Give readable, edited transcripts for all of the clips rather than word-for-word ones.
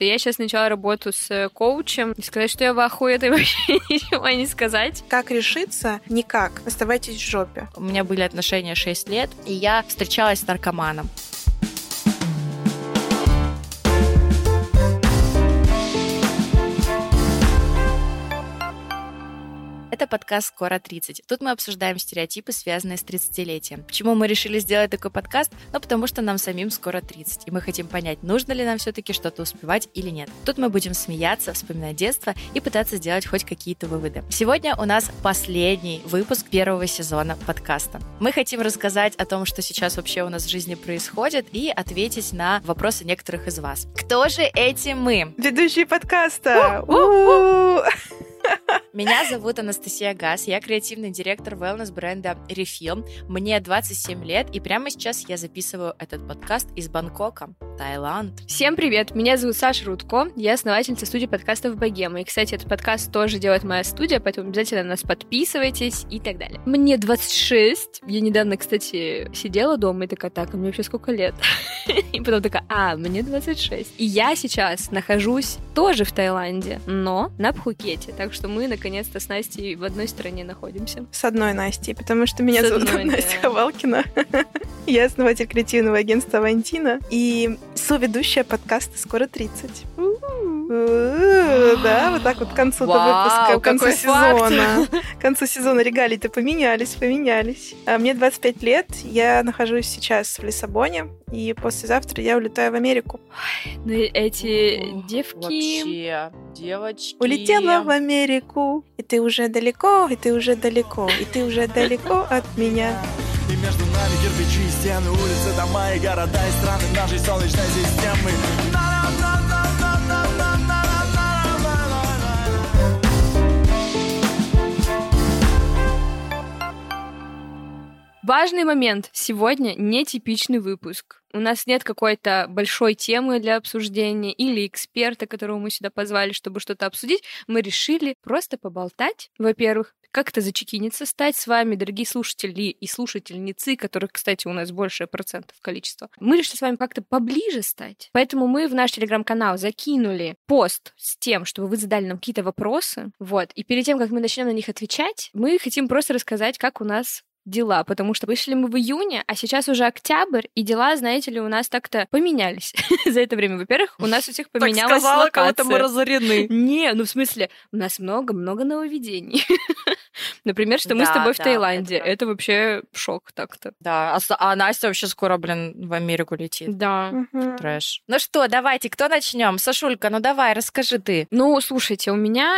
Я сейчас начала работу с коучем. И сказать, что я в ахуе, это вообще ничего не сказать. Как решиться? Никак. Оставайтесь в жопе. У меня были отношения 6 лет, и я встречалась с наркоманом. Это подкаст «Скоро 30». Тут мы обсуждаем стереотипы, связанные с 30-летием. Почему мы решили сделать такой подкаст? Потому что нам самим скоро 30, и мы хотим понять, нужно ли нам все-таки что-то успевать или нет. Тут мы будем смеяться, вспоминать детство и пытаться сделать хоть какие-то выводы. Сегодня у нас последний выпуск первого сезона подкаста. Мы хотим рассказать о том, что сейчас вообще у нас в жизни происходит, и ответить на вопросы некоторых из вас. Кто же эти мы? Ведущие подкаста! Меня зовут Анастасия Гас, я креативный директор wellness-бренда Refill. Мне 27 лет, и прямо сейчас я записываю этот подкаст из Бангкока, Таиланд. Всем привет, меня зовут Саша Рудко, я основательница студии подкастов «Богема». И, кстати, этот подкаст тоже делает моя студия, поэтому обязательно на нас подписывайтесь и так далее. Мне 26, я недавно, кстати, сидела дома и такая, так, а мне вообще сколько лет? И потом такая, мне 26. И я сейчас нахожусь тоже в Таиланде, но на Пхукете, так что мы наконец-то с Настей в одной стране находимся. С одной Настей, потому что меня зовут Настя Ховалкина. Я основатель креативного агентства «Авантина» и соведущая подкаста «Скоро 30». Да, вот так вот к концу выпуска, к концу сезона. К концу сезона регалии-то поменялись. Мне 25 лет, я нахожусь сейчас в Лиссабоне, и послезавтра я улетаю в Америку. Ну эти девки... Вообще, девочки... Улетела в Америку, и ты уже далеко, и ты уже далеко, и ты уже далеко от меня. И между нами кирпичи, стены, улицы, дома и города, и страны нашей солнечной системы. Важный момент. Сегодня нетипичный выпуск. У нас нет какой-то большой темы для обсуждения или эксперта, которого мы сюда позвали, чтобы что-то обсудить. Мы решили просто поболтать, во-первых, как-то зачекиниться, стать с вами, дорогие слушатели и слушательницы, которых, кстати, у нас большее процентов количество. Мы решили с вами как-то поближе стать. Поэтому мы в наш телеграм-канал закинули пост с тем, чтобы вы задали нам какие-то вопросы. Вот. И перед тем, как мы начнем на них отвечать, мы хотим просто рассказать, как у нас дела, потому что вышли мы в июне, а сейчас уже октябрь, и дела, знаете ли, у нас так-то поменялись за это время. Во-первых, у нас у всех поменялась локация. Кого-то мы разорены. Не, ну в смысле, у нас много-много нововведений. Например, что мы с тобой в Таиланде. Это вообще шок так-то. Да, а Настя вообще скоро, в Америку летит. Да. Трэш. Ну что, давайте, кто начнем? Сашулька, ну давай, расскажи ты. Ну, слушайте, у меня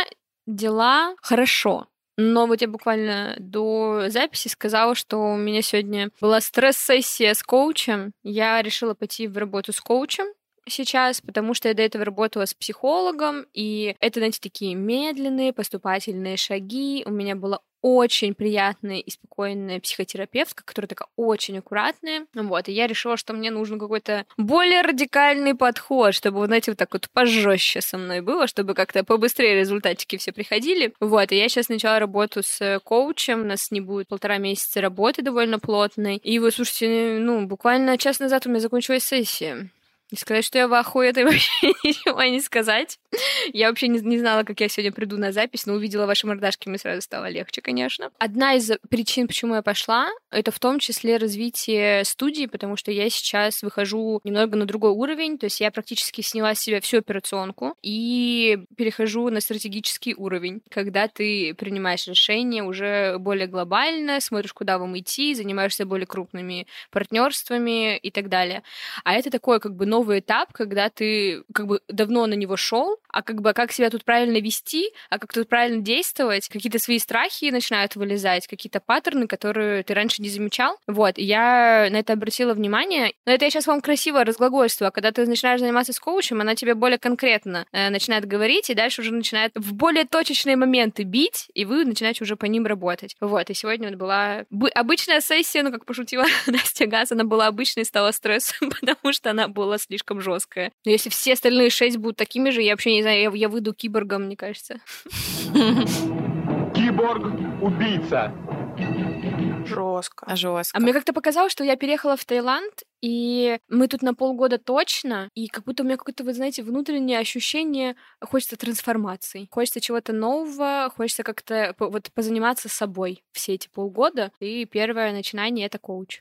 дела хорошо. Но вот я буквально до записи сказала, что у меня сегодня была стресс-сессия с коучем. Я решила пойти в работу с коучем сейчас, потому что я до этого работала с психологом, и это, знаете, такие медленные поступательные шаги. У меня была очень приятная и спокойная психотерапевтка, которая такая очень аккуратная. Вот, и я решила, что мне нужен какой-то более радикальный подход, чтобы, знаете, вот так вот пожестче со мной было, чтобы как-то побыстрее результатики все приходили. Вот, и я сейчас начала работу с коучем, у нас не будет 1,5 месяца работы довольно плотной. И вы слушайте, буквально час назад у меня закончилась сессия. И сказать, что я в ахуе, это вообще ничего не сказать. Я вообще не знала, как я сегодня приду на запись, но увидела ваши мордашки, мне сразу стало легче, конечно. Одна из причин, почему я пошла, это в том числе развитие студии, потому что я сейчас выхожу немного на другой уровень, то есть я практически сняла с себя всю операционку и перехожу на стратегический уровень, когда ты принимаешь решения уже более глобально, смотришь, куда вам идти, занимаешься более крупными партнерствами и так далее. А это такой новый этап, когда ты давно на него шел, а как себя тут правильно вести, а как тут правильно действовать, какие-то свои страхи начинают вылезать, какие-то паттерны, которые ты раньше не замечал. Вот, и я на это обратила внимание. Но это я сейчас вам красиво разглагольствую, а когда ты начинаешь заниматься с коучем, она тебе более конкретно начинает говорить, и дальше уже начинает в более точечные моменты бить, и вы начинаете уже по ним работать. Вот, и сегодня вот была обычная сессия, как пошутила Настя Гас, она была обычной и стала стрессом, потому что она была слишком жесткая. Но если все остальные 6 будут такими же, я вообще не знаю, я выйду киборгом, мне кажется. Киборг-убийца. Жестко. А мне как-то показалось, что я переехала в Таиланд, и мы тут на полгода точно, и как будто у меня какое-то, вы знаете, внутреннее ощущение, хочется трансформации, хочется чего-то нового, хочется как-то вот позаниматься собой все эти полгода, и первое начинание — это коуч.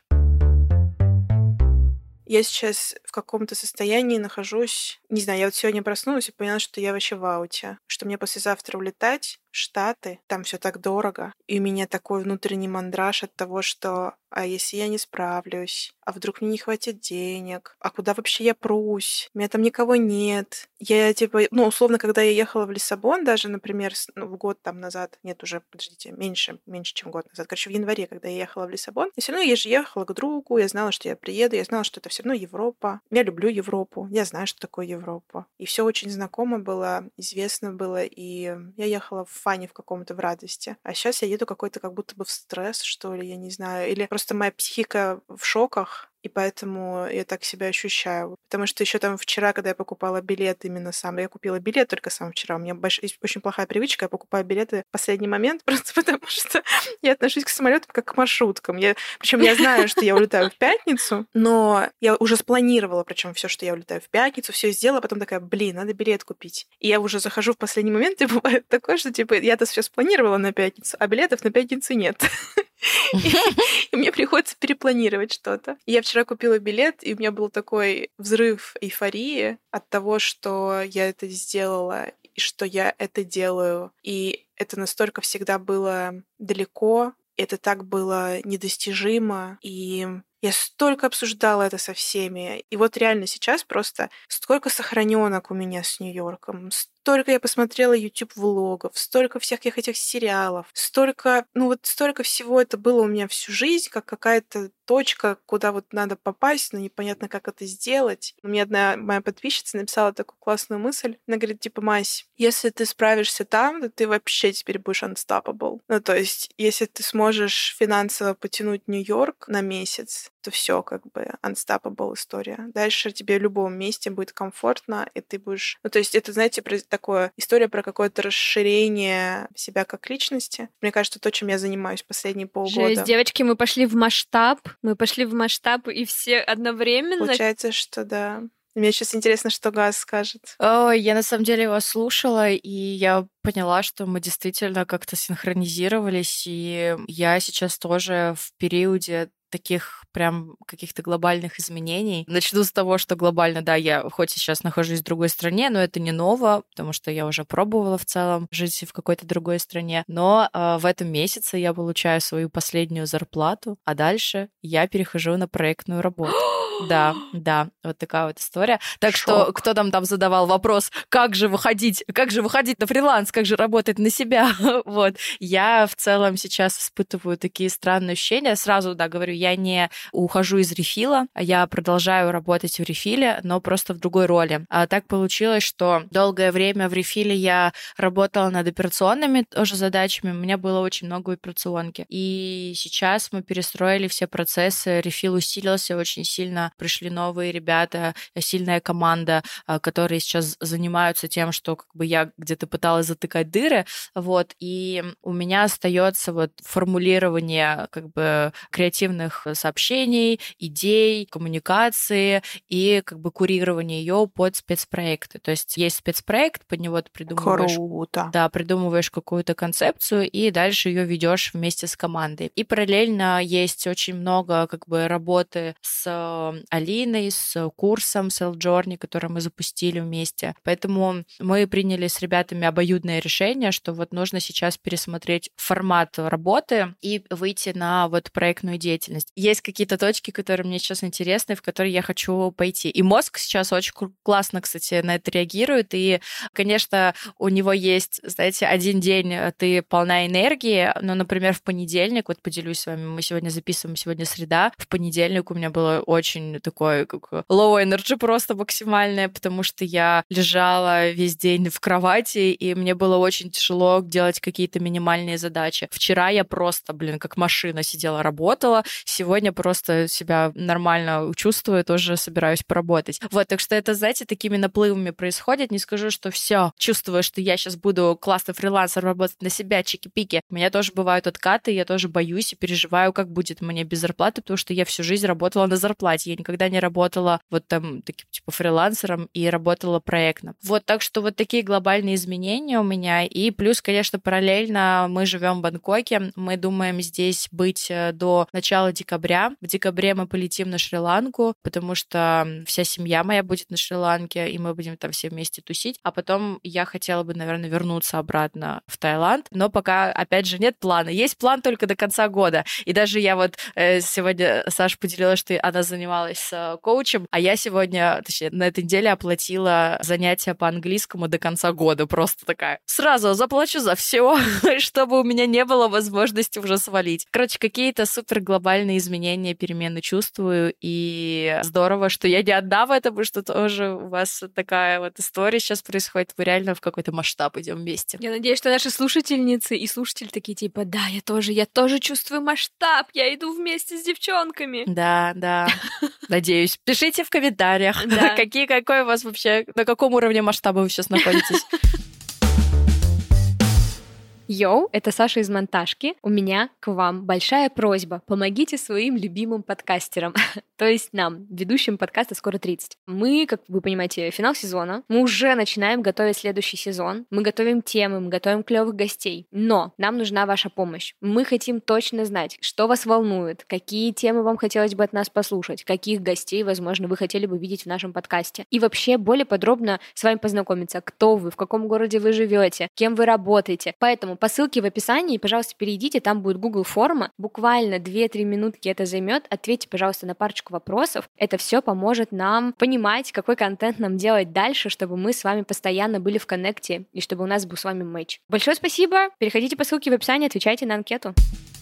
Я сейчас в каком-то состоянии нахожусь, не знаю, я вот сегодня проснулась и поняла, что я вообще в ауте, что мне послезавтра улетать в Штаты, там все так дорого, и у меня такой внутренний мандраж от того, что а если я не справлюсь, а вдруг мне не хватит денег, а куда вообще я прусь, у меня там никого нет. Я типа, условно, когда я ехала в Лиссабон, даже, например, в год там назад, нет, уже, подождите, меньше, чем год назад, короче, в январе, когда я ехала в Лиссабон, я все равно я же ехала к другу, я знала, что я приеду, я знала, что это все равно Европа. Я люблю Европу, я знаю, что такое Европа. И все очень знакомо было, известно было, и я ехала в фане в каком-то, в радости. А сейчас я еду какой-то как будто бы в стресс, что ли, я не знаю, или просто моя психика в шоках, и поэтому я так себя ощущаю. Потому что еще там вчера, когда я покупала билет именно сам, я купила билет только сам вчера. У меня есть очень плохая привычка, я покупаю билеты в последний момент, просто потому что я отношусь к самолетам как к маршруткам. Причем я знаю, что я улетаю в пятницу, но я уже спланировала, причем все, что я улетаю в пятницу, все сделала, потом такая, надо билет купить. И я уже захожу в последний момент, и бывает такое, что типа я-то все спланировала на пятницу, а билетов на пятницу нет. И мне приходится перепланировать что-то. Я вчера купила билет, и у меня был такой взрыв эйфории от того, что я это сделала, и что я это делаю. И это настолько всегда было далеко, это так было недостижимо, и я столько обсуждала это со всеми. И вот реально сейчас просто столько сохраненок у меня с Нью-Йорком, столько я посмотрела YouTube-влогов, столько всяких этих сериалов, столько всего это было у меня всю жизнь, как какая-то точка, куда вот надо попасть, но непонятно, как это сделать. У меня одна моя подписчица написала такую классную мысль. Она говорит, типа, Мась, если ты справишься там, то ты вообще теперь будешь unstoppable. То есть, если ты сможешь финансово потянуть Нью-Йорк на месяц, то все как бы unstoppable история. Дальше тебе в любом месте будет комфортно, и ты будешь... то есть это, знаете, такое история про какое-то расширение себя как личности. Мне кажется, то, чем я занимаюсь последние полгода. Жесть, девочки, мы пошли в масштаб, и все одновременно. Получается, что да. Мне сейчас интересно, что Газ скажет. Я на самом деле его слушала, и я поняла, что мы действительно как-то синхронизировались, и я сейчас тоже в периоде таких прям каких-то глобальных изменений. Начну с того, что глобально, да, я хоть сейчас нахожусь в другой стране, но это не ново, потому что я уже пробовала в целом жить в какой-то другой стране. Но в этом месяце я получаю свою последнюю зарплату, а дальше я перехожу на проектную работу. Да, вот такая вот история. Так что кто там задавал вопрос, как же выходить на фриланс, как же работать на себя, вот. Я в целом сейчас испытываю такие странные ощущения. Сразу, да, говорю, я не ухожу из рефила, я продолжаю работать в рефиле, но просто в другой роли. А так получилось, что долгое время в рефиле я работала над операционными тоже задачами, у меня было очень много операционки. И сейчас мы перестроили все процессы, рефил усилился очень сильно, пришли новые ребята, сильная команда, которые сейчас занимаются тем, что как бы я где-то пыталась затыкать дыры, вот, и у меня остается вот формулирование как бы креативных сообщений, идей, коммуникации и как бы курирование ее под спецпроекты. То есть есть спецпроект, под него ты придумываешь, придумываешь какую-то концепцию и дальше ее ведешь вместе с командой. И параллельно есть очень много как бы работы с Алиной, с курсом Self Journey, который мы запустили вместе. Поэтому мы приняли с ребятами обоюдное решение, что вот нужно сейчас пересмотреть формат работы и выйти на вот проектную деятельность. Есть какие-то точки, которые мне сейчас интересны, в которые я хочу пойти. И мозг сейчас очень классно, кстати, на это реагирует. И, конечно, у него есть, знаете, один день ты полна энергии, но, например, в понедельник, вот поделюсь с вами, мы сегодня записываем, сегодня среда, в понедельник у меня было очень очень такой как low energy просто максимальное, потому что я лежала весь день в кровати, и мне было очень тяжело делать какие-то минимальные задачи. Вчера я просто, как машина сидела, работала. Сегодня просто себя нормально чувствую, тоже собираюсь поработать. Вот, так что это, знаете, такими наплывами происходит. Не скажу, что все, чувствую, что я сейчас буду классный фрилансер, работать на себя, чики-пики. У меня тоже бывают откаты, я тоже боюсь и переживаю, как будет мне без зарплаты, потому что я всю жизнь работала на зарплате. Я никогда не работала вот там таким типа фрилансером и работала проектно. Вот, так что вот такие глобальные изменения у меня. И плюс, конечно, параллельно мы живем в Бангкоке. Мы думаем здесь быть до начала декабря. В декабре мы полетим на Шри-Ланку, потому что вся семья моя будет на Шри-Ланке, и мы будем там все вместе тусить. А потом я хотела бы, наверное, вернуться обратно в Таиланд. Но пока, опять же, нет плана. Есть план только до конца года. И даже я вот сегодня Саша поделилась, что она занималась с коучем, а я сегодня, точнее, на этой неделе оплатила занятия по английскому до конца года. Просто такая. Сразу заплачу за все, чтобы у меня не было возможности уже свалить. Короче, какие-то супер глобальные изменения, перемены чувствую. И здорово, что я не одна в этом, потому что тоже у вас такая вот история сейчас происходит. Вы реально в какой-то масштаб идем вместе. Я надеюсь, что наши слушательницы и слушатели такие типа, да, я тоже чувствую масштаб, я иду вместе с девчонками. Да. Надеюсь. Пишите в комментариях, какой у вас вообще, на каком уровне масштаба вы сейчас находитесь. Йоу, это Саша из монтажки. У меня к вам большая просьба. Помогите своим любимым подкастерам, то есть нам, ведущим подкаста «Скоро 30». Мы, как вы понимаете, финал сезона. Мы уже начинаем готовить следующий сезон. Мы готовим темы, мы готовим клевых гостей. Но нам нужна ваша помощь. Мы хотим точно знать, что вас волнует, какие темы вам хотелось бы от нас послушать, каких гостей, возможно, вы хотели бы видеть в нашем подкасте. И вообще более подробно с вами познакомиться, кто вы, в каком городе вы живете, кем вы работаете. Поэтому по ссылке в описании, пожалуйста, перейдите, там будет Google форма, буквально 2-3 минутки это займет, ответьте, пожалуйста, на парочку вопросов. Это все поможет нам понимать, какой контент нам делать дальше, чтобы мы с вами постоянно были в коннекте и чтобы у нас был с вами матч. Большое спасибо, переходите по ссылке в описании, отвечайте на анкету.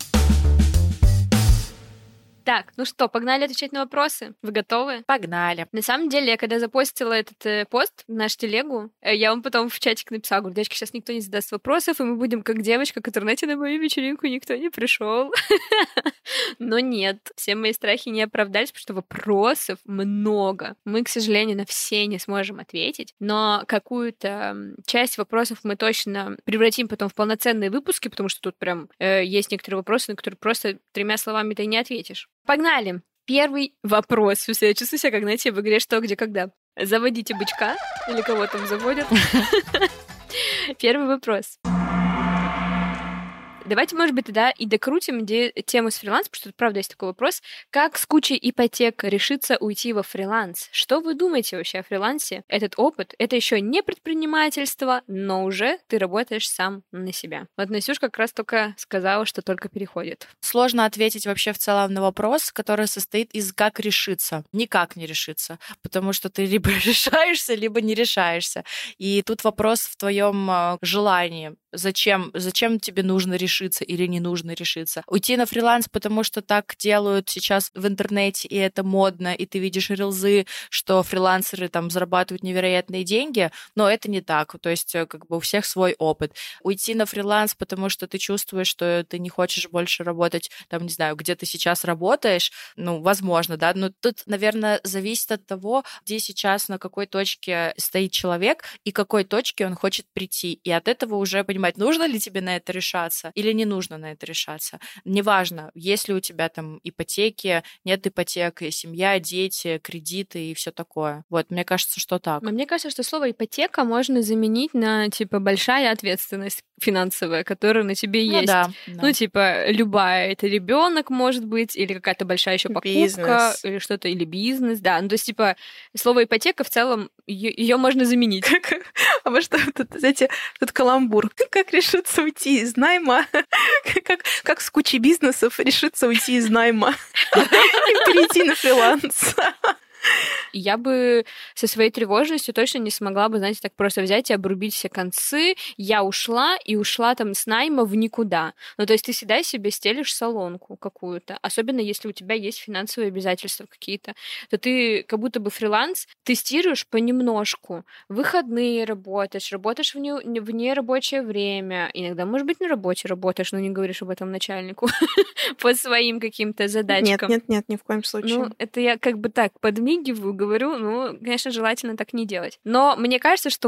Так, ну что, погнали отвечать на вопросы? Вы готовы? Погнали. На самом деле, я когда запостила этот пост в нашу телегу, я вам потом в чатик написала, говорю, девочки, сейчас никто не задаст вопросов, и мы будем как девочка, которая, знаете, на мою вечеринку никто не пришел. Но нет, все мои страхи не оправдались, потому что вопросов много. Мы, к сожалению, на все не сможем ответить, но какую-то часть вопросов мы точно превратим потом в полноценные выпуски, потому что тут прям есть некоторые вопросы, на которые просто 3 словами ты не ответишь. Погнали! Первый вопрос. Я чувствую себя, как, знаете, в игре «Что, где, когда». Заводите бычка или кого там заводят. Первый вопрос. Давайте, может быть, тогда и докрутим тему с фрилансом, потому что тут, правда, есть такой вопрос. Как с кучей ипотек решиться уйти во фриланс? Что вы думаете вообще о фрилансе? Этот опыт — это еще не предпринимательство, но уже ты работаешь сам на себя. Вот Насюш как раз только сказала, что только переходит. Сложно ответить вообще в целом на вопрос, который состоит из «как решиться». Никак не решиться, потому что ты либо решаешься, либо не решаешься. И тут вопрос в твоем желании. Зачем тебе нужно решиться или не нужно решиться? Уйти на фриланс, потому что так делают сейчас в интернете, и это модно, и ты видишь рилзы, что фрилансеры там зарабатывают невероятные деньги, но это не так. То есть как бы у всех свой опыт. Уйти на фриланс, потому что ты чувствуешь, что ты не хочешь больше работать, там, не знаю, где ты сейчас работаешь, возможно, да, но тут, наверное, зависит от того, где сейчас, на какой точке стоит человек и к какой точке он хочет прийти. И от этого уже понимать, нужно ли тебе на это решаться или не нужно на это решаться. Неважно, есть ли у тебя там ипотеки, нет ипотек, семья, дети, кредиты и все такое. Вот, мне кажется, что так. Мне кажется, что слово ипотека можно заменить на, большая ответственность финансовая, которая на тебе есть. Да. Любая. Это ребенок, может быть, или какая-то большая еще покупка, бизнес. Или что-то, или бизнес, да. То есть, слово ипотека в целом, ее можно заменить. А вы что, знаете, тут каламбур. Как решиться уйти из найма? Как с кучей бизнесов решиться уйти из найма и перейти на фриланс? И я бы со своей тревожностью точно не смогла бы, знаете, так просто взять и обрубить все концы. Я ушла там с найма в никуда. Ну, то есть ты всегда себе стелишь солонку какую-то. Особенно если у тебя есть финансовые обязательства какие-то. То ты как будто бы фриланс тестируешь понемножку. Выходные работаешь в нерабочее время. Иногда, может быть, на работе работаешь, но не говоришь об этом начальнику по своим каким-то задачкам. Нет, ни в коем случае. Ну, это я как бы так подмигиваю, говорю, ну, конечно, желательно так не делать. Но мне кажется, что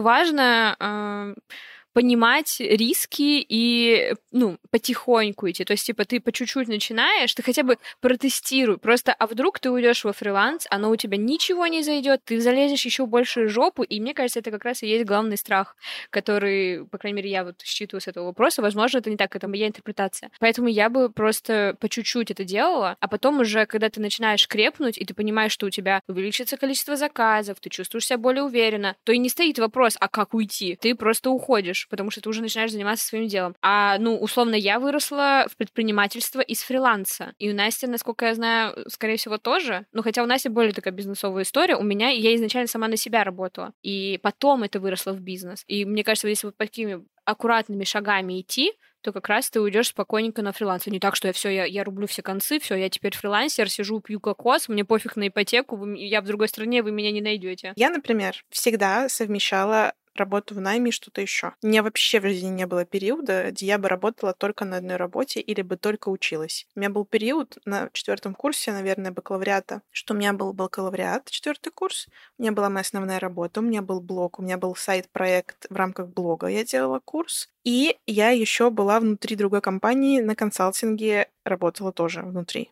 важно понимать риски и, ну, потихоньку идти. То есть, типа, ты по чуть-чуть начинаешь, ты хотя бы протестируй. Просто, а вдруг ты уйдешь во фриланс, оно у тебя ничего не зайдет, ты залезешь еще больше в жопу, и мне кажется, это как раз и есть главный страх, который, по крайней мере, я вот считываю с этого вопроса. Возможно, это не так, это моя интерпретация. Поэтому я бы просто по чуть-чуть это делала, а потом уже, когда ты начинаешь крепнуть, и ты понимаешь, что у тебя увеличится количество заказов, ты чувствуешь себя более уверенно, то и не стоит вопрос, а как уйти? Ты просто уходишь, потому что ты уже начинаешь заниматься своим делом. А, ну, условно, я выросла в предпринимательство из фриланса. И у Насти, насколько я знаю, скорее всего, тоже. Но хотя у Насти более такая бизнесовая история, я изначально сама на себя работала. И потом это выросло в бизнес. И мне кажется, если вот такими аккуратными шагами идти, то как раз ты уйдешь спокойненько на фриланс. Не так, что я рублю все концы, все, я теперь фрилансер, сижу, пью кокос, мне пофиг на ипотеку, я в другой стране, вы меня не найдете. Я, например, всегда совмещала работу в найме и что-то еще. У меня вообще в жизни не было периода, где я бы работала только на одной работе или бы только училась. У меня был период на 4 курсе, наверное, бакалавриата, что у меня был бакалавриат, 4 курс, у меня была моя основная работа, у меня был блог, у меня был сайт-проект в рамках блога, я делала курс, и я еще была внутри другой компании на консалтинге, работала тоже внутри.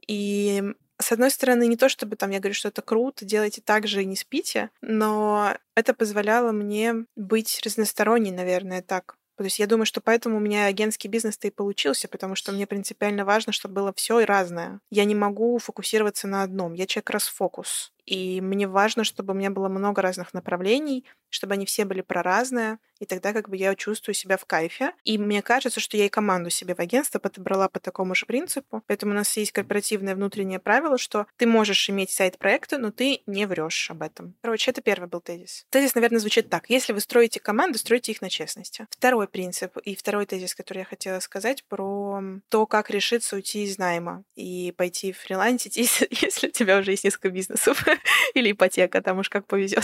И с одной стороны, не то чтобы там я говорю, что это круто, делайте так же и не спите, но это позволяло мне быть разносторонней, наверное, так. То есть я думаю, что поэтому у меня агентский бизнес-то и получился, потому что мне принципиально важно, чтобы было все и разное. Я не могу фокусироваться на одном. Я человек-расфокус. И мне важно, чтобы у меня было много разных направлений, чтобы они все были про разное, и тогда как бы я чувствую себя в кайфе. И мне кажется, что я и команду себе в агентство подобрала по такому же принципу. Поэтому у нас есть корпоративное внутреннее правило, что ты можешь иметь сайт-проекты, но ты не врешь об этом. Короче, это первый был тезис. Тезис, наверное, звучит так. Если вы строите команду, стройте их на честности. Второй принцип и второй тезис, который я хотела сказать, про то, как решиться уйти из найма и пойти фрилансить, если у тебя уже есть несколько бизнесов. Или ипотека, там уж как повезет.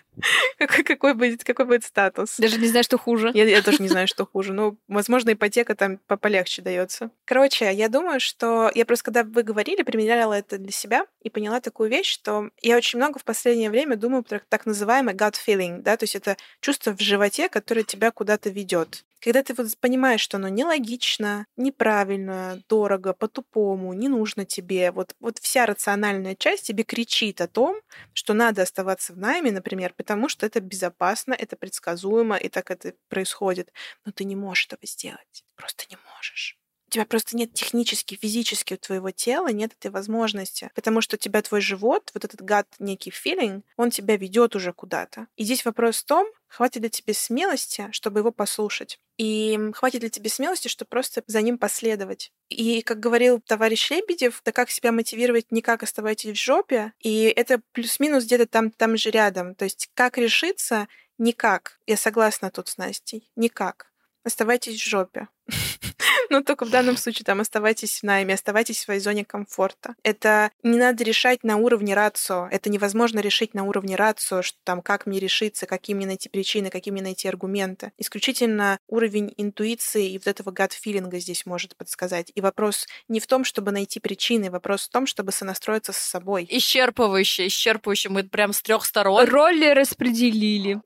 Какой будет статус? Даже не знаю, что хуже. Я тоже не знаю, что хуже. Ну, возможно, ипотека там полегче дается. Короче, я думаю, что я просто, когда вы говорили, примеряла это для себя и поняла такую вещь, что я очень много в последнее время думаю про так называемый gut feeling, да, то есть это чувство в животе, которое тебя куда-то ведет. Когда ты вот понимаешь, что оно нелогично, неправильно, дорого, по-тупому, не нужно тебе, вот вся рациональная часть тебе кричит о том, что надо оставаться в найме, например, потому что это безопасно, это предсказуемо, и так это происходит. Но ты не можешь этого сделать. Просто не можешь. У тебя просто нет технически, физически у твоего тела нет этой возможности, потому что у тебя твой живот, вот этот gut, некий feeling, он тебя ведет уже куда-то. И здесь вопрос в том, хватит ли тебе смелости, чтобы его послушать. И хватит ли тебе смелости, чтобы просто за ним последовать. И, как говорил товарищ Лебедев, да как себя мотивировать, никак оставайтесь в жопе. И это плюс-минус где-то там же рядом. То есть как решиться? Никак. Я согласна тут с Настей. Никак. Оставайтесь в жопе. Но только в данном случае там оставайтесь в найме, оставайтесь в своей зоне комфорта. Это не надо решать на уровне рацио. Это невозможно решить на уровне рацио, что там как мне решиться, какие мне найти причины, какие мне найти аргументы. Исключительно уровень интуиции и вот этого gut-филинга здесь может подсказать. И вопрос не в том, чтобы найти причины, вопрос в том, чтобы сонастроиться с собой. Исчерпывающе. Мы прям с 3 сторон. Роли распределили.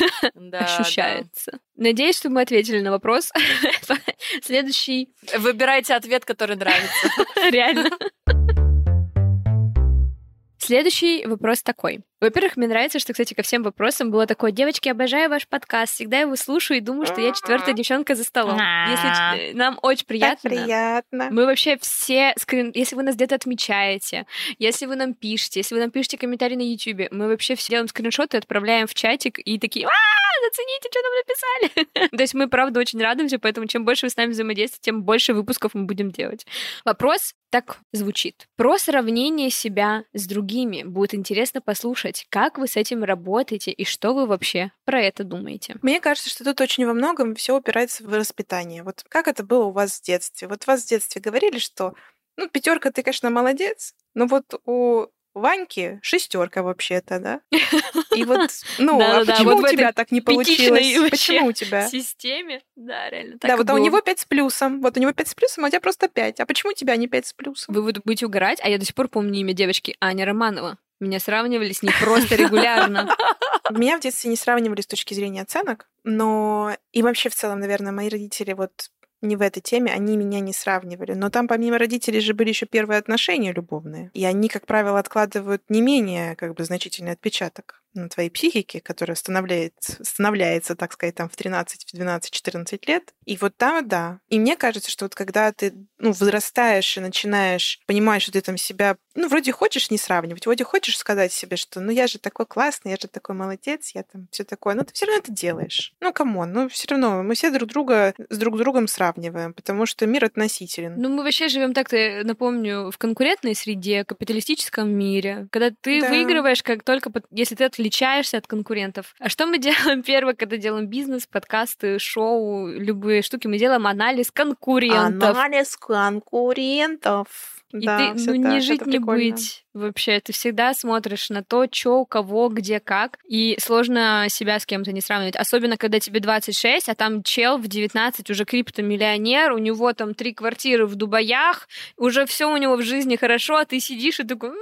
Ощущается. Надеюсь, что мы ответили на вопрос. Следующий. Выбирайте ответ, который нравится. Реально. Следующий вопрос такой. Во-первых, мне нравится, что, кстати, ко всем вопросам было такое: девочки, обожаю ваш подкаст, всегда его слушаю и думаю, что я 4-я девчонка за столом. Если нам очень приятно. Так приятно. Мы вообще все если вы нас где-то отмечаете, если вы нам пишете комментарии на YouTube, мы вообще все делаем скриншоты, отправляем в чатик и такие: зацените, что нам написали. То есть мы, правда, очень радуемся, поэтому чем больше вы с нами взаимодействуете, тем больше выпусков мы будем делать. Вопрос так звучит. Про сравнение себя с другими другими. Будет интересно послушать, как вы с этим работаете и что вы вообще про это думаете. Мне кажется, что тут очень во многом все упирается в воспитание. Вот как это было у вас в детстве? Вот вас в детстве говорили, что 5 ты, конечно, молодец, но вот у Ваньки 6 вообще-то, да? И вот, почему у тебя так не получилось? Почему у тебя? В системе, да, реально так. Да, вот у него 5 с плюсом. Вот у него 5 с плюсом, а у тебя просто 5. А почему у тебя не 5 с плюсом? Вы будете угорать, а я до сих пор помню имя девочки Аня Романова. Меня сравнивали с ней просто регулярно. Меня в детстве не сравнивали с точки зрения оценок, но и вообще в целом, наверное, мои родители вот не в этой теме, они меня не сравнивали. Но там помимо родителей же были еще первые отношения любовные. И они, как правило, откладывают не менее значительный отпечаток на твоей психике, которая становляется, так сказать, там в 13, в 12, 14 лет. И вот там, да. И мне кажется, что вот когда ты возрастаешь и начинаешь понимать, что ты там себя, вроде хочешь не сравнивать, вроде хочешь сказать себе, что я же такой классный, я же такой молодец, я там все такое, но ты все равно это делаешь. Камон, все равно мы все друг друга с друг другом сравниваем, потому что мир относителен. Мы вообще живем так-то, напомню, в конкурентной среде, капиталистическом мире, когда ты выигрываешь как только если ты отличаешься от конкурентов. А что мы делаем первое, когда делаем бизнес, подкасты, шоу, любые штуки? Мы делаем анализ конкурентов. Анализ конкурентов. И ты, не жить, не быть вообще. Ты всегда смотришь на то, что, у кого, где, как. И сложно себя с кем-то не сравнивать. Особенно, когда тебе 26, а там чел в 19 уже криптомиллионер, у него там 3 квартиры в Дубаях, уже все у него в жизни хорошо, а ты сидишь и такой...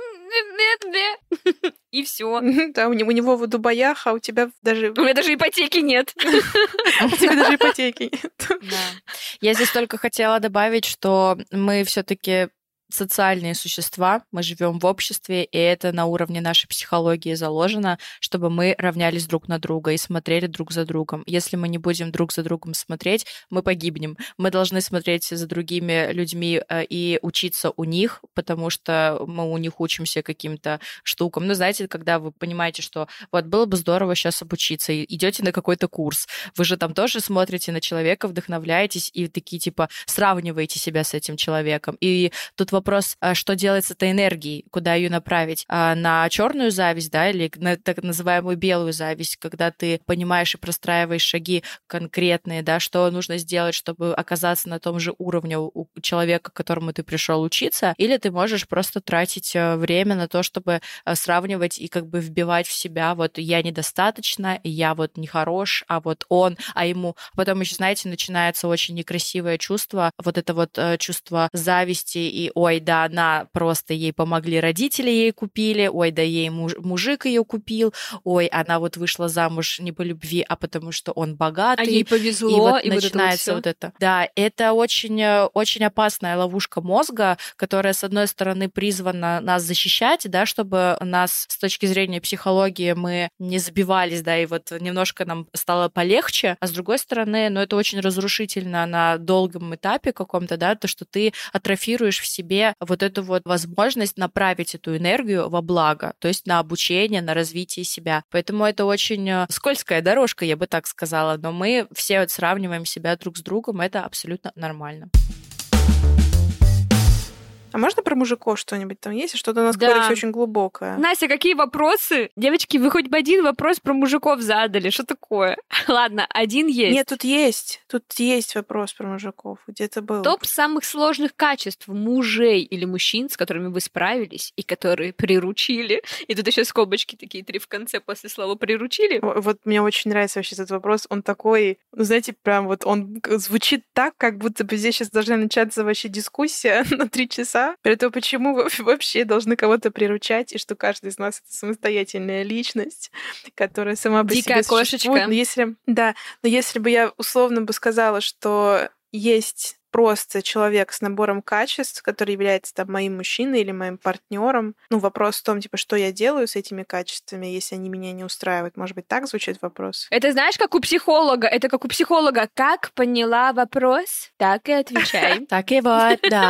И все. Да, у него в Дубаях, а у тебя даже... У меня даже ипотеки нет. У тебя даже ипотеки нет. Я здесь только хотела добавить, что мы все-таки социальные существа, мы живем в обществе, и это на уровне нашей психологии заложено, чтобы мы равнялись друг на друга и смотрели друг за другом. Если мы не будем друг за другом смотреть, мы погибнем. Мы должны смотреть за другими людьми и учиться у них, потому что мы у них учимся каким-то штукам. Знаете, когда вы понимаете, что вот было бы здорово сейчас обучиться, и идете на какой-то курс, вы же там тоже смотрите на человека, вдохновляетесь и такие типа сравниваете себя с этим человеком. И тут вопрос, что делать с этой энергией, куда ее направить? На черную зависть, да, или на так называемую белую зависть, когда ты понимаешь и простраиваешь шаги конкретные, да, что нужно сделать, чтобы оказаться на том же уровне у человека, к которому ты пришел учиться, или ты можешь просто тратить время на то, чтобы сравнивать и вбивать в себя, вот я недостаточно, я вот нехорош, а вот он, а ему. Потом еще, знаете, начинается очень некрасивое чувство, вот это вот чувство зависти и ой, да, она просто, ей помогли родители, ей купили, ой, да, ей мужик ее купил, ой, она вот вышла замуж не по любви, а потому что он богатый. А ей повезло, и вот начинается вот это. Да, это очень, очень опасная ловушка мозга, которая, с одной стороны, призвана нас защищать, да, чтобы нас с точки зрения психологии мы не забивались, да, и вот немножко нам стало полегче, а с другой стороны, это очень разрушительно на долгом этапе каком-то, да, то, что ты атрофируешь в себе вот эту вот возможность направить эту энергию во благо, то есть на обучение, на развитие себя. Поэтому это очень скользкая дорожка, я бы так сказала, но мы все вот сравниваем себя друг с другом, это абсолютно нормально. А можно про мужиков что-нибудь там есть? Что-то у нас кодекс очень глубокое. Настя, какие вопросы? Девочки, вы хоть бы один вопрос про мужиков задали. Что такое? Ладно, один есть. Нет, тут есть. Тут есть вопрос про мужиков. Где-то был. Топ самых сложных качеств мужей или мужчин, с которыми вы справились и которые приручили. И тут еще скобочки такие 3 в конце после слова «приручили». Вот мне очень нравится вообще этот вопрос. Он такой, знаете, прям вот он звучит так, как будто бы здесь сейчас должна начаться вообще дискуссия на 3 часа. Про то, почему вы вообще должны кого-то приручать, и что каждый из нас — это самостоятельная личность, которая сама по себе существует. Но если бы я условно бы сказала, что есть просто человек с набором качеств, который является там моим мужчиной или моим партнером. Вопрос в том, что я делаю с этими качествами, если они меня не устраивают. Может быть, так звучит вопрос? Это знаешь, как у психолога. Это как у психолога. Как поняла вопрос, так и отвечай. Так и вот, да.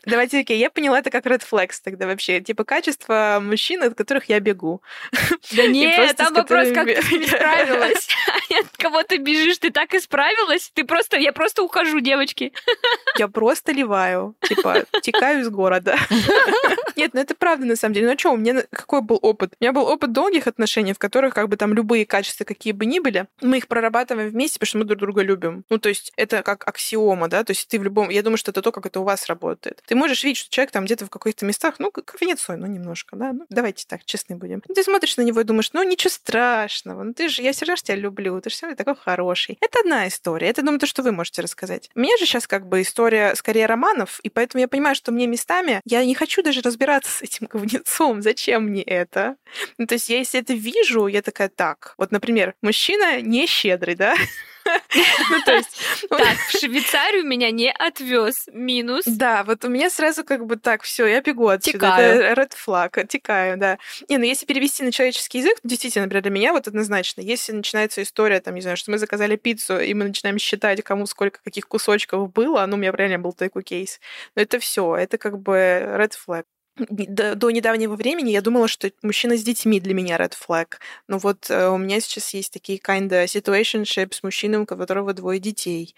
Давайте, окей, я поняла это как red flags тогда вообще. Типа качество мужчин, от которых я бегу. Да нет, там вопрос, как ты с ними справилась. От кого ты бежишь, ты так и справилась? Я просто ухожу, девочки. Я просто ливаю, типа, текаю из города. Нет, ну это правда, на самом деле. Ну что, у меня какой был опыт? У меня был опыт долгих отношений, в которых как бы там любые качества, какие бы ни были, мы их прорабатываем вместе, потому что мы друг друга любим. Ну, то есть это как аксиома, да, то есть ты в любом... Я думаю, что это то, как это у вас работает. Ты можешь видеть, что человек там где-то в каких-то местах, ну, как Венецой, ну, немножко, да, ну, давайте так, честны будем. Ты смотришь на него и думаешь, ну, ничего страшного, ну, я все равно тебя люблю, ты же все равно такой хороший. Это одна история, это, думаю, то, что вы можете рассказать. У меня же сейчас как бы история скорее романов, и поэтому я понимаю, что мне местами... Я не хочу даже разбираться с этим говнецом, зачем мне это? Ну, то есть я, если это вижу, я такая, так, вот, например, мужчина не щедрый, да? Ну, то есть... Так, в Швейцарию меня не отвез. Минус. Да, вот у меня сразу как бы так, все, я бегу отсюда. Текаю. Это red flag, текаю, да. Не, ну если перевести на человеческий язык, действительно, например, для меня вот однозначно, если начинается история, там, не знаю, что мы заказали пиццу, и мы начинаем считать, кому сколько каких кусочков было, ну, у меня реально был такой кейс. Но это все, это как бы red flag. До недавнего времени я думала, что мужчина с детьми для меня red flag. Но вот у меня сейчас есть такие kinda situationship с мужчиной, у которого 2 детей.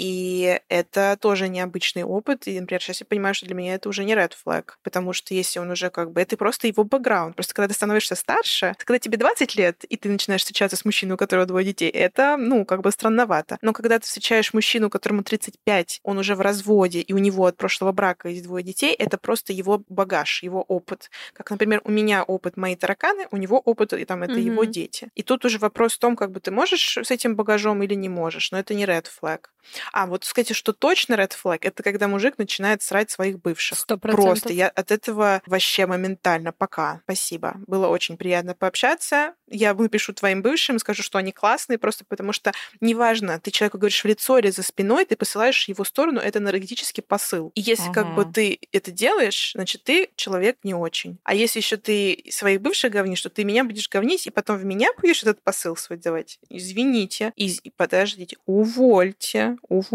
И это тоже необычный опыт. И, например, сейчас я понимаю, что для меня это уже не red flag, потому что если он уже как бы... Это просто его бэкграунд. Просто когда ты становишься старше, когда тебе 20 лет, и ты начинаешь встречаться с мужчиной, у которого 2 детей, это, ну, как бы странновато. Но когда ты встречаешь мужчину, которому 35, он уже в разводе, и у него от прошлого брака есть 2 детей, это просто его багаж, его опыт. Как, например, у меня опыт мои тараканы, у него опыт, и там это его дети. И тут уже вопрос в том, как бы ты можешь с этим багажом или не можешь, но это не red flag. А, вот, кстати, что точно red flag, это когда мужик начинает срать своих бывших. 100%. Просто я от этого вообще моментально. Пока. Спасибо. Было очень приятно пообщаться. Я напишу твоим бывшим, скажу, что они классные, просто потому что неважно, ты человеку говоришь в лицо или за спиной, ты посылаешь его сторону, это энергетический посыл. И если как бы ты это делаешь, значит, ты человек не очень. А если еще ты своих бывших говнишь, то ты меня будешь говнить, и потом в меня будешь этот посыл свой давать. Извините. И подождите. Увольте.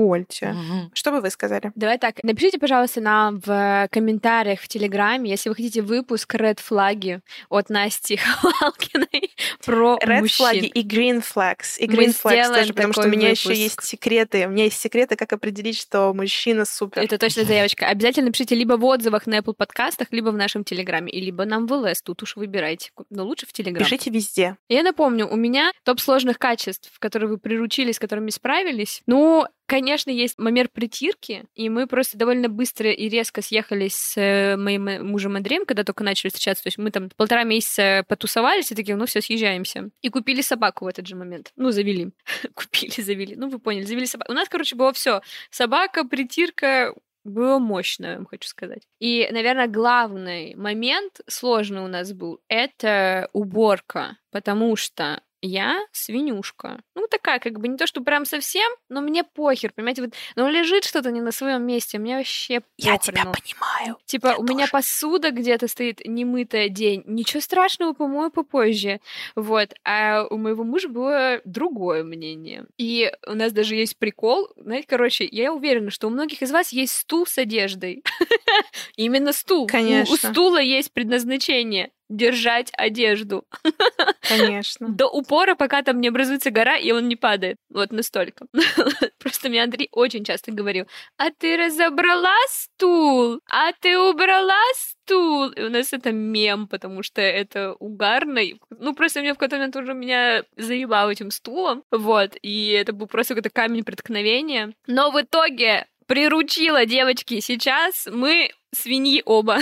Что бы вы сказали? Давай так, напишите, пожалуйста, нам в комментариях в Телеграме, если вы хотите выпуск Red флаги от Насти Хвалкиной про Red мужчин. флаги и green flags. И green flags тоже, потому что у меня еще есть секреты. У меня есть секреты, как определить, что мужчина супер. Это точно заявочка. Обязательно напишите либо в отзывах на Apple подкастах, либо в нашем Телеграме, и либо нам в ЛС. Тут уж выбирайте. Но лучше в Телеграм. Пишите везде. Я напомню, у меня топ сложных качеств, которые вы приручили, с которыми справились. Ну, конечно, есть момент притирки, и мы просто довольно быстро и резко съехались с моим мужем Андреем, когда только начали встречаться. То есть мы там 1,5 месяца потусовались и такие, ну все, съезжаемся. И купили собаку в этот же момент. Ну, завели. Завели. Ну, вы поняли, завели собаку. У нас, короче, было все. Собака, притирка, было мощно, я вам хочу сказать. И, наверное, главный момент сложный у нас был — это уборка, потому что я свинюшка. Ну, такая, как бы не то, что прям совсем, но мне похер, понимаете? Вот, но лежит что-то не на своем месте, мне вообще похер. Я тебя понимаю. Типа, у меня посуда где-то стоит немытая день. Ничего страшного, помою попозже. Вот. А у моего мужа было другое мнение. И у нас даже есть прикол. Знаете, короче, я уверена, что у многих из вас есть стул с одеждой. Именно стул. Конечно. У стула есть предназначение держать одежду. Конечно. До упора, пока там не образуется гора, и он не падает. Вот настолько. Просто мне Андрей очень часто говорил: а ты разобрала стул? А ты убрала стул? И у нас это мем, потому что это угарно. Ну, просто мне в какой-то момент уже меня заебал этим стулом. Вот. И это был просто какой-то камень преткновения. Но в итоге приручила, девочки. Сейчас мы свиньи оба.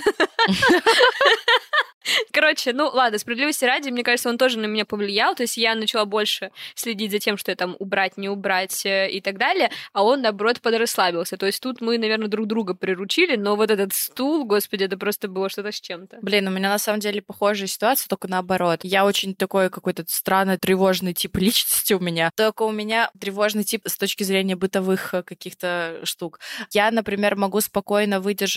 Короче, ну ладно, справедливости ради, мне кажется, он тоже на меня повлиял, то есть я начала больше следить за тем, что я там убрать, не убрать и так далее, а он, наоборот, подрасслабился. То есть тут мы, наверное, друг друга приручили, но вот этот стул, господи, это просто было что-то с чем-то. Блин, у меня на самом деле похожая ситуация, только наоборот. Я очень такой какой-то странный, тревожный тип личности у меня. Только у меня тревожный тип с точки зрения бытовых каких-то штук. Я, например, могу спокойно выдержать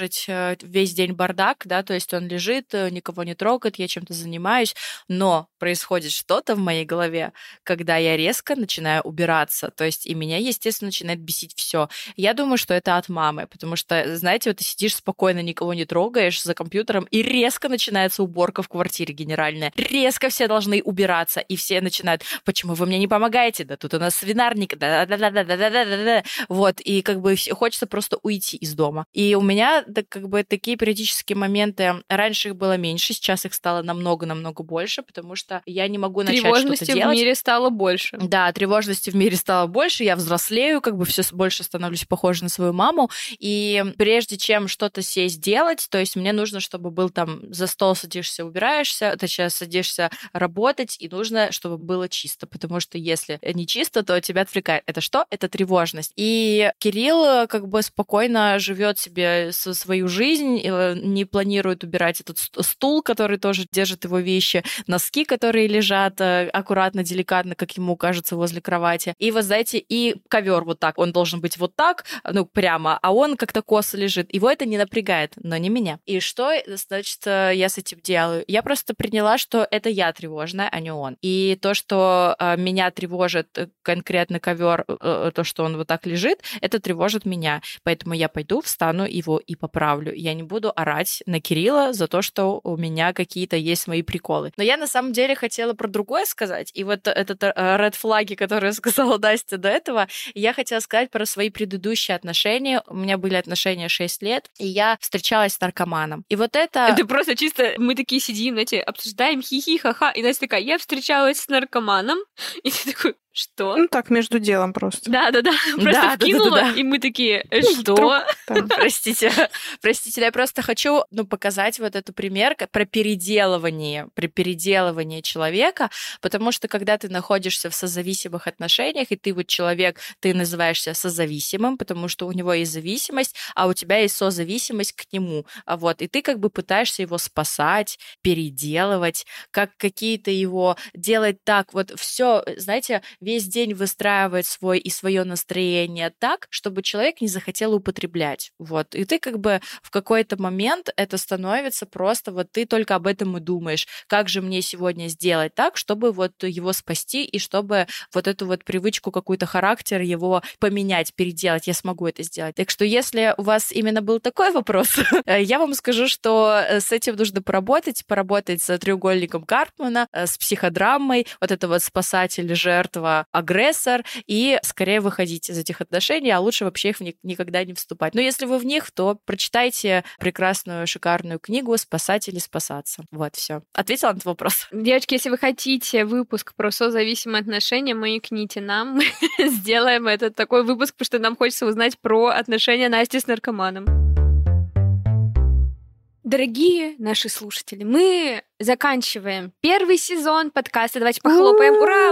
весь день бардак, да, то есть он лежит, никого не трогает, я чем-то занимаюсь, но происходит что-то в моей голове, когда я резко начинаю убираться, то есть и меня, естественно, начинает бесить все. Я думаю, что это от мамы, потому что, знаете, вот ты сидишь спокойно, никого не трогаешь за компьютером, и резко начинается уборка в квартире генеральная. Резко все должны убираться, и все начинают: почему вы мне не помогаете? Да тут у нас свинарник, да-да-да-да-да-да-да-да. Вот, и как бы хочется просто уйти из дома. И у меня как бы такие периодические моменты, раньше их было меньше, сейчас их стало намного-намного больше, потому что я не могу начать что-то делать. Тревожности в мире стало больше. Да, тревожности в мире стало больше, я взрослею, как бы все больше становлюсь похожа на свою маму, и прежде чем что-то сесть делать, то есть мне нужно, чтобы был там за стол садишься, убираешься, точнее, садишься работать, и нужно, чтобы было чисто, потому что если не чисто, то тебя отвлекает. Это что? Это тревожность. И Кирилл как бы спокойно живет себе свою жизнь, не планирует убирать этот стул, который тоже держит его вещи, носки, которые лежат аккуратно, деликатно, как ему кажется, возле кровати. И вот, знаете, и ковер вот так. Он должен быть вот так, ну, прямо, а он как-то косо лежит. Его это не напрягает, но не меня. И что, значит, я с этим делаю? Я просто приняла, что это я тревожная, а не он. И то, что меня тревожит конкретно ковер, то, что он вот так лежит, это тревожит меня. Поэтому я пойду, встану его и поправлю. Я не буду орать на Кирилла за то, что у меня какие-то есть мои приколы. Но я на самом деле хотела про другое сказать. И вот этот red flag, который сказала Настя до этого, я хотела сказать про свои предыдущие отношения. У меня были отношения 6 лет, и я встречалась с наркоманом. И вот это... Это просто чисто мы такие сидим, знаете, обсуждаем хихи-ха-ха, и Настя такая: я встречалась с наркоманом, и ты такой: что? Ну так, между делом просто. Да-да-да, просто вкинула, и мы такие: что? Простите, я просто хочу, показать вот этот пример про переделывание человека, потому что когда ты находишься в созависимых отношениях, и ты вот человек, ты называешься созависимым, потому что у него есть зависимость, а у тебя есть созависимость к нему, вот, и ты как бы пытаешься его спасать, переделывать, как какие-то его делать так, вот все, знаете, весь день выстраивать свое настроение так, чтобы человек не захотел употреблять. Вот. И ты как бы в какой-то момент это становится просто вот ты только об этом и думаешь. Как же мне сегодня сделать так, чтобы вот его спасти и чтобы вот эту вот привычку, какой-то характер его поменять, переделать. Я смогу это сделать. Так что если у вас именно был такой вопрос, я вам скажу, что с этим нужно поработать с треугольником Карпмана, с психодрамой, вот это вот спасатель, жертва, агрессор, и скорее выходить из этих отношений, а лучше вообще их никогда не вступать. Но если вы в них, то прочитайте прекрасную, шикарную книгу «Спасать или спасаться». Вот, все. Ответила на этот вопрос? Девочки, если вы хотите выпуск про созависимые отношения, маякните нам. Мы сделаем этот такой выпуск, потому что нам хочется узнать про отношения Насти с наркоманом. Дорогие наши слушатели, мы заканчиваем первый сезон подкаста. Давайте похлопаем. Ура!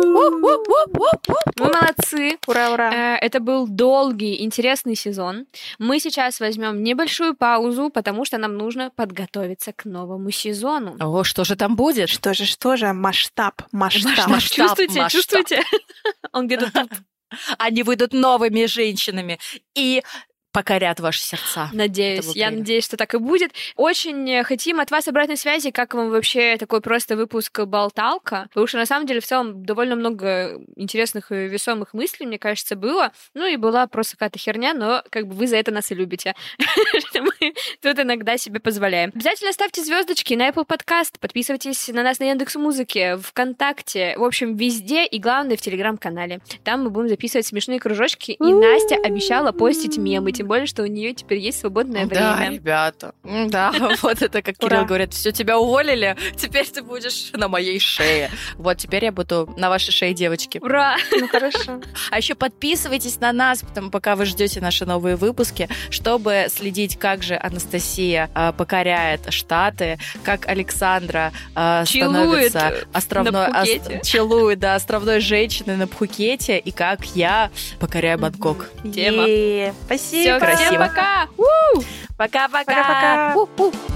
Мы молодцы. Ура, ура. Это был долгий, интересный сезон. Мы сейчас возьмем небольшую паузу, потому что нам нужно подготовиться к новому сезону. О, что же там будет? Что же? Масштаб. Чувствуете? Он где-то тут. Они выйдут новыми женщинами и покорят ваши сердца. Надеюсь. Я надеюсь, что так и будет. Очень хотим от вас обратной связи, как вам вообще такой просто выпуск «Болталка», потому что, на самом деле, в целом довольно много интересных и весомых мыслей, мне кажется, было. Ну и была просто какая-то херня, но как бы вы за это нас и любите. Мы тут иногда себе позволяем. Обязательно ставьте звездочки на Apple Podcast, подписывайтесь на нас на Яндекс.Музыке, ВКонтакте, в общем, везде, и главное, в Телеграм-канале. Там мы будем записывать смешные кружочки, и Настя обещала постить мемы, тем более, что у нее теперь есть свободное время. Да, ребята. Да, вот это как Кирилл говорит: все, тебя уволили, теперь ты будешь на моей шее. Вот теперь я буду на вашей шее, девочки. Ура! Ну хорошо. А еще подписывайтесь на нас, пока вы ждете наши новые выпуски, чтобы следить, как же Анастасия покоряет Штаты, как Александра становится островной женщиной на Пхукете, и как я покоряю Бангкок. Тема. Спасибо. Всем пока! Пока-пока!